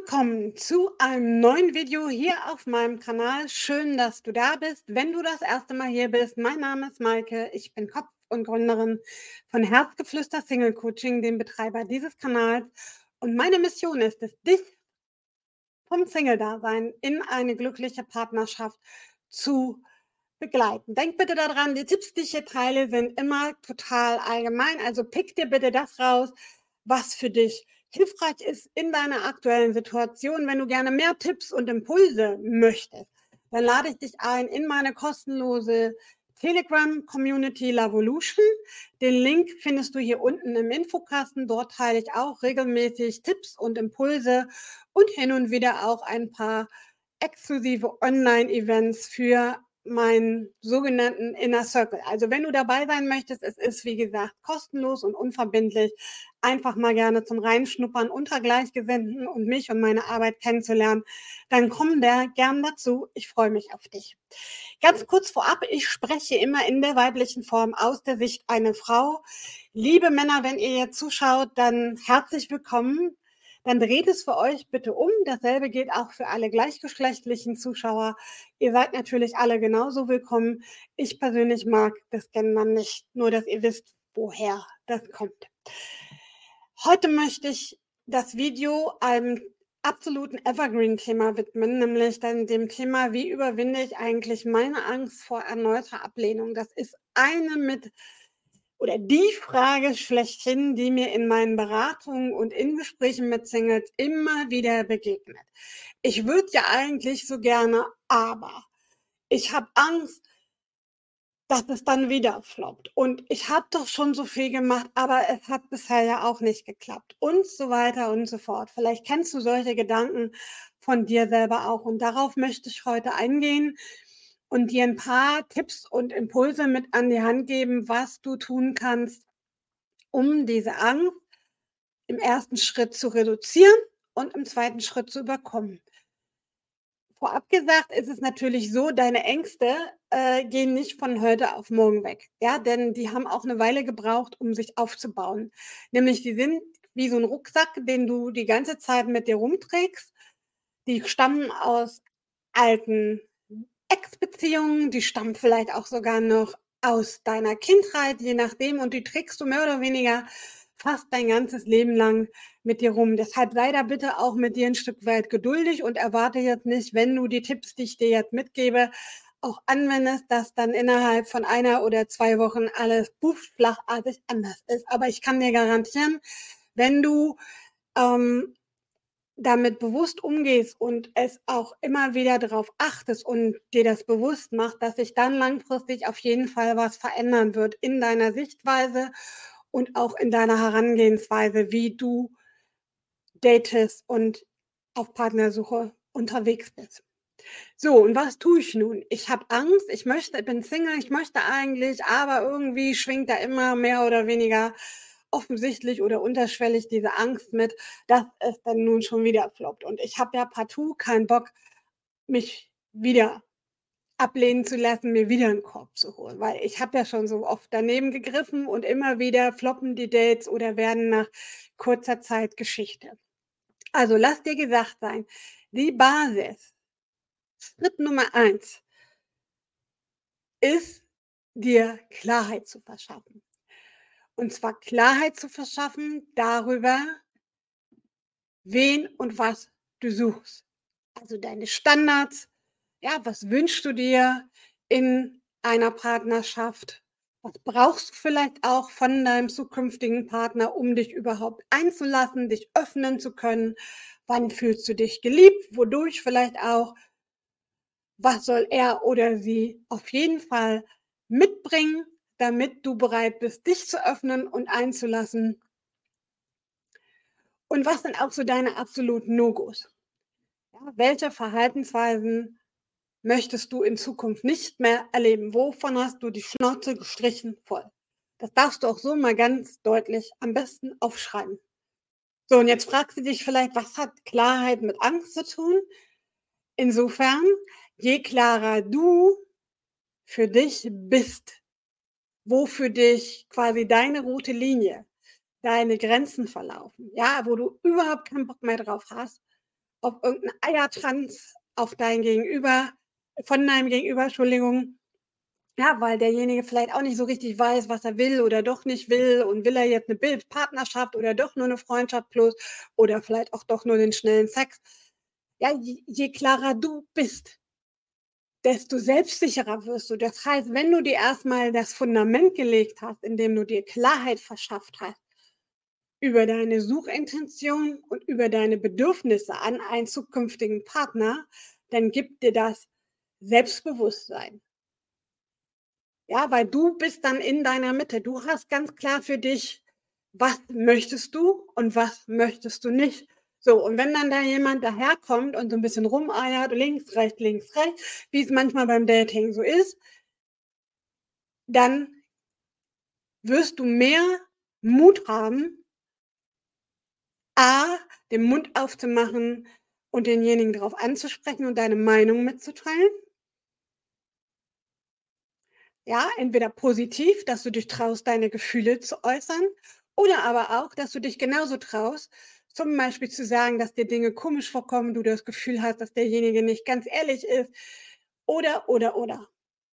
willkommen zu einem neuen Video hier auf meinem Kanal. Schön, dass du da bist. Wenn du das erste Mal hier bist, mein Name ist Maike. Ich bin Kopf und Gründerin von Herzgeflüster Single Coaching, dem Betreiber dieses Kanals. Und meine Mission ist es, dich vom Single-Dasein in eine glückliche Partnerschaft zu begleiten. Denk bitte daran, die Tipps, die ich hier teile, sind immer total allgemein. Also pick dir bitte das raus, was für dich hilfreich ist in deiner aktuellen Situation. Wenn du gerne mehr Tipps und Impulse möchtest, dann lade ich dich ein in meine kostenlose Telegram-Community Lavolution. Den Link findest du hier unten im Infokasten. Dort teile ich auch regelmäßig Tipps und Impulse und hin und wieder auch ein paar exklusive Online-Events für meinen sogenannten Inner Circle. Also wenn du dabei sein möchtest, es ist wie gesagt kostenlos und unverbindlich. Einfach mal gerne zum Reinschnuppern unter Gleichgesinnten und mich und meine Arbeit kennenzulernen, dann komm da gern dazu. Ich freue mich auf dich. Ganz kurz vorab, ich spreche immer in der weiblichen Form aus der Sicht einer Frau. Liebe Männer, wenn ihr jetzt zuschaut, dann herzlich willkommen. Dann dreht es für euch bitte um. Dasselbe gilt auch für alle gleichgeschlechtlichen Zuschauer. Ihr seid natürlich alle genauso willkommen. Ich persönlich mag das Gendern nicht, nur dass ihr wisst, woher das kommt. Heute möchte ich das Video einem absoluten Evergreen-Thema widmen, nämlich dann dem Thema, wie überwinde ich eigentlich meine Angst vor erneuter Ablehnung? Das ist eine mit oder die Frage schlechthin, die mir in meinen Beratungen und in Gesprächen mit Singles immer wieder begegnet. Ich würde ja eigentlich so gerne, aber ich habe Angst, dass es dann wieder floppt. Und ich habe doch schon so viel gemacht, aber es hat bisher ja auch nicht geklappt und so weiter und so fort. Vielleicht kennst du solche Gedanken von dir selber auch. Und darauf möchte ich heute eingehen und dir ein paar Tipps und Impulse mit an die Hand geben, was du tun kannst, um diese Angst im ersten Schritt zu reduzieren und im zweiten Schritt zu überkommen. Vorab gesagt ist es natürlich so, deine Ängste gehen nicht von heute auf morgen weg, ja, denn die haben auch eine Weile gebraucht, um sich aufzubauen. Nämlich die sind wie so ein Rucksack, den du die ganze Zeit mit dir rumträgst. Die stammen aus alten Ex-Beziehungen, die stammen vielleicht auch sogar noch aus deiner Kindheit, je nachdem, und die trägst du mehr oder weniger fast dein ganzes Leben lang mit dir rum. Deshalb sei da bitte auch mit dir ein Stück weit geduldig und erwarte jetzt nicht, wenn du die Tipps, die ich dir jetzt mitgebe, auch anwendest, dass dann innerhalb von 1 oder 2 Wochen alles buchflachartig anders ist. Aber ich kann dir garantieren, wenn du damit bewusst umgehst und es auch immer wieder darauf achtest und dir das bewusst machst, dass sich dann langfristig auf jeden Fall was verändern wird in deiner Sichtweise und auch in deiner Herangehensweise, wie du datest und auf Partnersuche unterwegs bist. So, und was tue ich nun? Ich habe Angst, ich bin Single, ich möchte eigentlich, aber irgendwie schwingt da immer mehr oder weniger offensichtlich oder unterschwellig diese Angst mit, dass es dann nun schon wieder floppt. Und ich habe ja partout keinen Bock, mich wieder ablehnen zu lassen, mir wieder einen Korb zu holen, weil ich habe ja schon so oft daneben gegriffen und immer wieder floppen die Dates oder werden nach kurzer Zeit Geschichte. Also lass dir gesagt sein, die Basis, Schritt Nummer 1 ist, dir Klarheit zu verschaffen. Und zwar Klarheit zu verschaffen darüber, wen und was du suchst. Also deine Standards, ja, was wünschst du dir in einer Partnerschaft? Was brauchst du vielleicht auch von deinem zukünftigen Partner, um dich überhaupt einzulassen, dich öffnen zu können? Wann fühlst du dich geliebt? Wodurch vielleicht auch? Was soll er oder sie auf jeden Fall mitbringen, damit du bereit bist, dich zu öffnen und einzulassen? Und was sind auch so deine absoluten No-Gos? Ja, welche Verhaltensweisen möchtest du in Zukunft nicht mehr erleben? Wovon hast du die Schnauze gestrichen voll? Das darfst du auch so mal ganz deutlich am besten aufschreiben. So, und jetzt fragst du dich vielleicht, was hat Klarheit mit Angst zu tun? Insofern, je klarer du für dich bist, wo für dich quasi deine rote Linie, deine Grenzen verlaufen, ja, wo du überhaupt keinen Bock mehr drauf hast, ob irgendein Eiertanz auf dein Gegenüber von deinem Gegenüber, Entschuldigung. Ja, weil derjenige vielleicht auch nicht so richtig weiß, was er will oder doch nicht will und will er jetzt 'ne Partnerschaft oder doch nur 'ne Freundschaft plus oder vielleicht auch doch nur den schnellen Sex. Ja, je klarer du bist, desto selbstsicherer wirst du. Das heißt, wenn du dir erst mal das Fundament gelegt hast, indem du dir Klarheit verschafft hast über deine Suchintention und über deine Bedürfnisse an einen zukünftigen Partner, dann gibt dir das Selbstbewusstsein. Ja, weil du bist dann in deiner Mitte. Du hast ganz klar für dich, was möchtest du und was möchtest du nicht. So, und wenn dann da jemand daherkommt und so 'n bisschen rumeiert, links, rechts, wie es manchmal beim Dating so ist, dann wirst du mehr Mut haben, A, den Mund aufzumachen und denjenigen drauf anzusprechen und deine Meinung mitzuteilen. Ja, entweder positiv, dass du dich traust, deine Gefühle zu äußern, oder aber auch, dass du dich genauso traust, zum Beispiel zu sagen, dass dir Dinge komisch vorkommen, du das Gefühl hast, dass derjenige nicht ganz ehrlich ist, oder.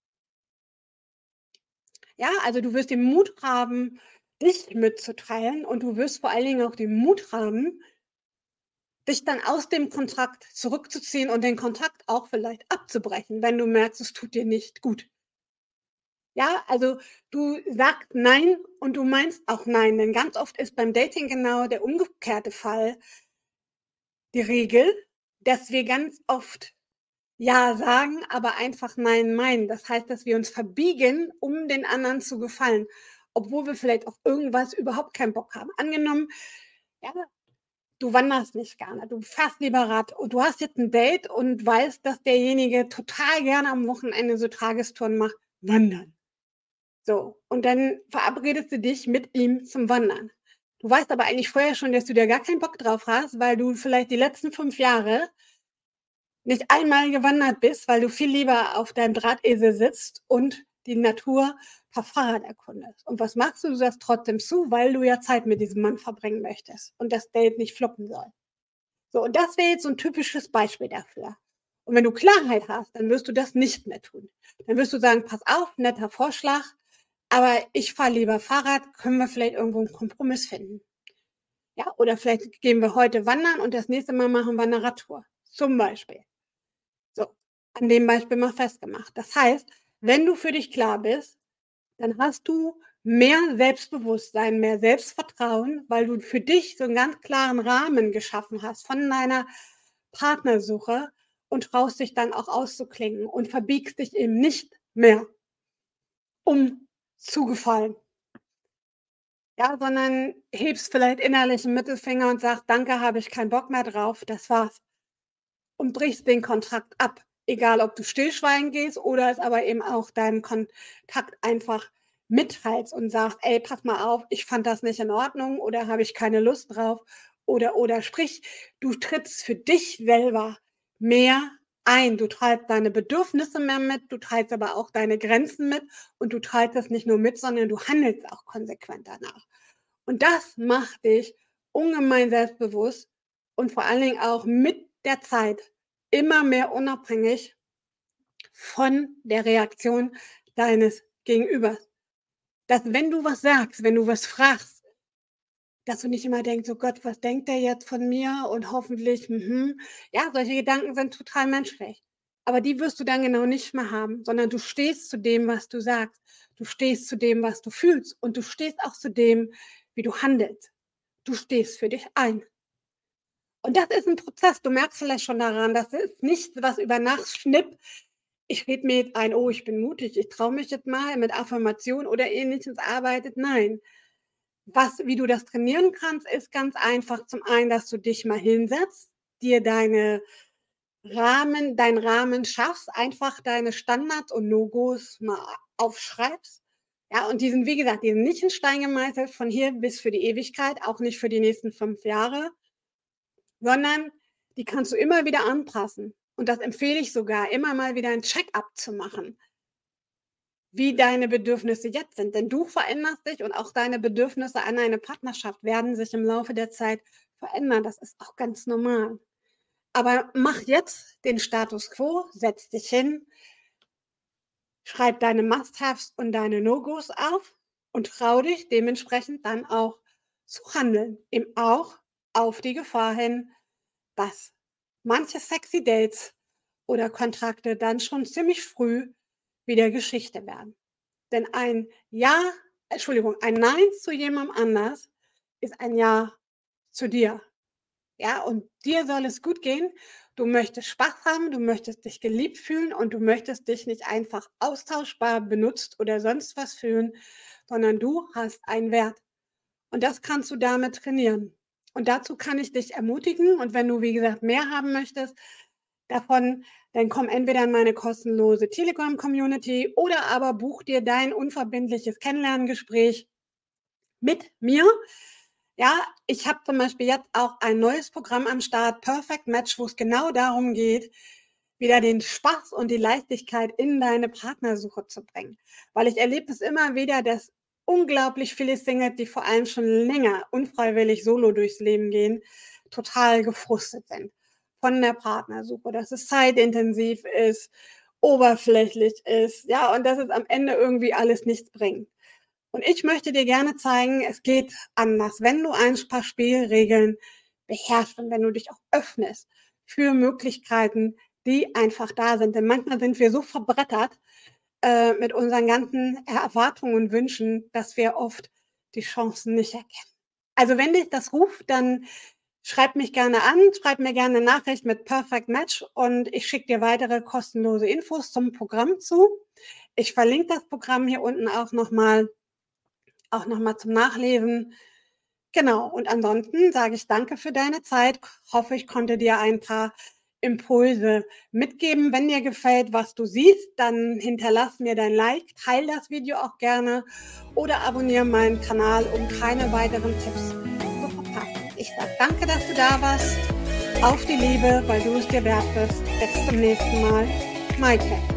Ja, also du wirst den Mut haben, dich mitzuteilen und du wirst vor allen Dingen auch den Mut haben, dich dann aus dem Kontrakt zurückzuziehen und den Kontakt auch vielleicht abzubrechen, wenn du merkst, es tut dir nicht gut. Ja, also du sagst „Nein" und du meinst auch „Nein", denn ganz oft ist beim Dating genau der umgekehrte Fall die Regel, dass wir ganz oft „Ja" sagen, aber einfach „Nein" meinen. Das heißt, dass wir uns verbiegen, um den anderen zu gefallen, obwohl wir vielleicht auf irgendwas überhaupt keinen Bock haben. Angenommen, ja, du wanderst nicht gerne, du fährst lieber Rad und du hast jetzt 'n Date und weißt, dass derjenige total gerne am Wochenende so Tagestouren macht. Wandern. So, und dann verabredest du dich mit ihm zum Wandern. Du weißt aber eigentlich vorher schon, dass du da gar keinen Bock drauf hast, weil du vielleicht die letzten 5 Jahre nicht einmal gewandert bist, weil du viel lieber auf deinem Drahtesel sitzt und die Natur per Fahrrad erkundest. Und was machst du? Du sagst trotzdem zu, weil du ja Zeit mit diesem Mann verbringen möchtest und das Date nicht floppen soll. So, und das wäre jetzt so 'n typisches Beispiel dafür. Und wenn du Klarheit hast, dann wirst du das nicht mehr tun. Dann wirst du sagen: „Pass auf, netter Vorschlag, aber ich fahre lieber Fahrrad. Können wir vielleicht irgendwo 'n Kompromiss finden?" Ja, oder vielleicht gehen wir heute wandern und das nächste Mal machen wir 'ne Radtour, zum Beispiel. So, an dem Beispiel mal festgemacht. Das heißt, wenn du für dich klar bist, dann hast du mehr Selbstbewusstsein, mehr Selbstvertrauen, weil du für dich so 'n ganz klaren Rahmen geschaffen hast von deiner Partnersuche und traust dich dann auch auszuklinken und verbiegst dich eben nicht mehr, um zu gefallen. Ja, sondern hebst vielleicht innerlich 'n Mittelfinger und sagst: „Danke, habe ich keinen Bock mehr drauf, das war's." Und brichst den Kontrakt ab. Egal, ob du stillschweigend gehst oder es aber eben auch deinem Kontakt einfach mitteilst und sagst: „Ey, pass mal auf, ich fand das nicht in Ordnung oder habe ich keine Lust drauf" oder. Sprich, du trittst für dich selber mehr ein. Du teilst deine Bedürfnisse mehr mit, du teilst aber auch deine Grenzen mit und du teilst das nicht nur mit, sondern du handelst auch konsequent danach. Und das macht dich ungemein selbstbewusst und vor allen Dingen auch mit der Zeit immer mehr unabhängig von der Reaktion deines Gegenübers. Dass wenn du was sagst, wenn du was fragst, dass du nicht immer denkst: „Oh Gott, was denkt der jetzt von mir und hoffentlich, mhm." Ja, solche Gedanken sind total menschlich. Aber die wirst du dann genau nicht mehr haben, sondern du stehst zu dem, was du sagst. Du stehst zu dem, was du fühlst und du stehst auch zu dem, wie du handelst. Du stehst für dich ein. Und das ist 'n Prozess. Du merkst vielleicht schon daran, das ist nichts, was über Nacht schnipp ich rede mir jetzt ein: „Oh, ich bin mutig, ich traue mich jetzt mal" mit Affirmation oder Ähnliches arbeitet. Nein. Wie du das trainieren kannst, ist ganz einfach. Zum einen, dass du dich mal hinsetzt, dir deinen Rahmen schaffst, einfach deine Standards und No-Gos mal aufschreibst. Ja, und die sind nicht in Stein gemeißelt von hier bis für die Ewigkeit, auch nicht für die nächsten 5 Jahre, sondern die kannst du immer wieder anpassen. Und das empfehle ich sogar, immer mal wieder 'n Check-up zu machen, wie deine Bedürfnisse jetzt sind. Denn du veränderst dich und auch deine Bedürfnisse an eine Partnerschaft werden sich im Laufe der Zeit verändern. Das ist auch ganz normal. Aber mach jetzt den Status quo, setz dich hin, schreib deine Must-Haves und deine No-Gos auf und trau dich dementsprechend dann auch zu handeln. Eben auch auf die Gefahr hin, dass manche sexy Dates oder Kontrakte dann schon ziemlich früh wieder Geschichte werden. Denn ein Nein zu jemandem anders ist ein Ja zu dir. Ja, und dir soll es gut gehen. Du möchtest Spaß haben, du möchtest dich geliebt fühlen und du möchtest dich nicht einfach austauschbar benutzt oder sonst was fühlen, sondern du hast einen Wert. Und das kannst du damit trainieren. Und dazu kann ich dich ermutigen. Und wenn du, wie gesagt, mehr haben möchtest davon, dann komm entweder in meine kostenlose Telegram-Community oder aber buch dir dein unverbindliches Kennenlerngespräch mit mir. Ja, ich habe zum Beispiel jetzt auch ein neues Programm am Start, Perfect Match, wo es genau darum geht, wieder den Spaß und die Leichtigkeit in deine Partnersuche zu bringen. Weil ich erlebe es immer wieder, dass unglaublich viele Singles, die vor allem schon länger unfreiwillig solo durchs Leben gehen, total gefrustet sind von der Partnersuche, dass es zeitintensiv ist, oberflächlich ist, ja, und dass es am Ende irgendwie alles nichts bringt. Und ich möchte dir gerne zeigen, es geht anders, wenn du ein paar Spielregeln beherrschst und wenn du dich auch öffnest für Möglichkeiten, die einfach da sind. Denn manchmal sind wir so verbrettert mit unseren ganzen Erwartungen und Wünschen, dass wir oft die Chancen nicht erkennen. Also wenn dich das ruft, dann schreib mich gerne an, schreib mir gerne eine Nachricht mit Perfect Match und ich schicke dir weitere kostenlose Infos zum Programm zu. Ich verlinke das Programm hier unten auch nochmal zum Nachlesen. Genau, und ansonsten sage ich danke für deine Zeit. Hoffe, ich konnte dir ein paar Impulse mitgeben. Wenn dir gefällt, was du siehst, dann hinterlass mir dein Like, teile das Video auch gerne oder abonniere meinen Kanal, um keine weiteren Tipps zu verpassen. Ich sage danke, dass du da warst. Auf die Liebe, weil du es dir wert bist. Bis zum nächsten Mal. Maike.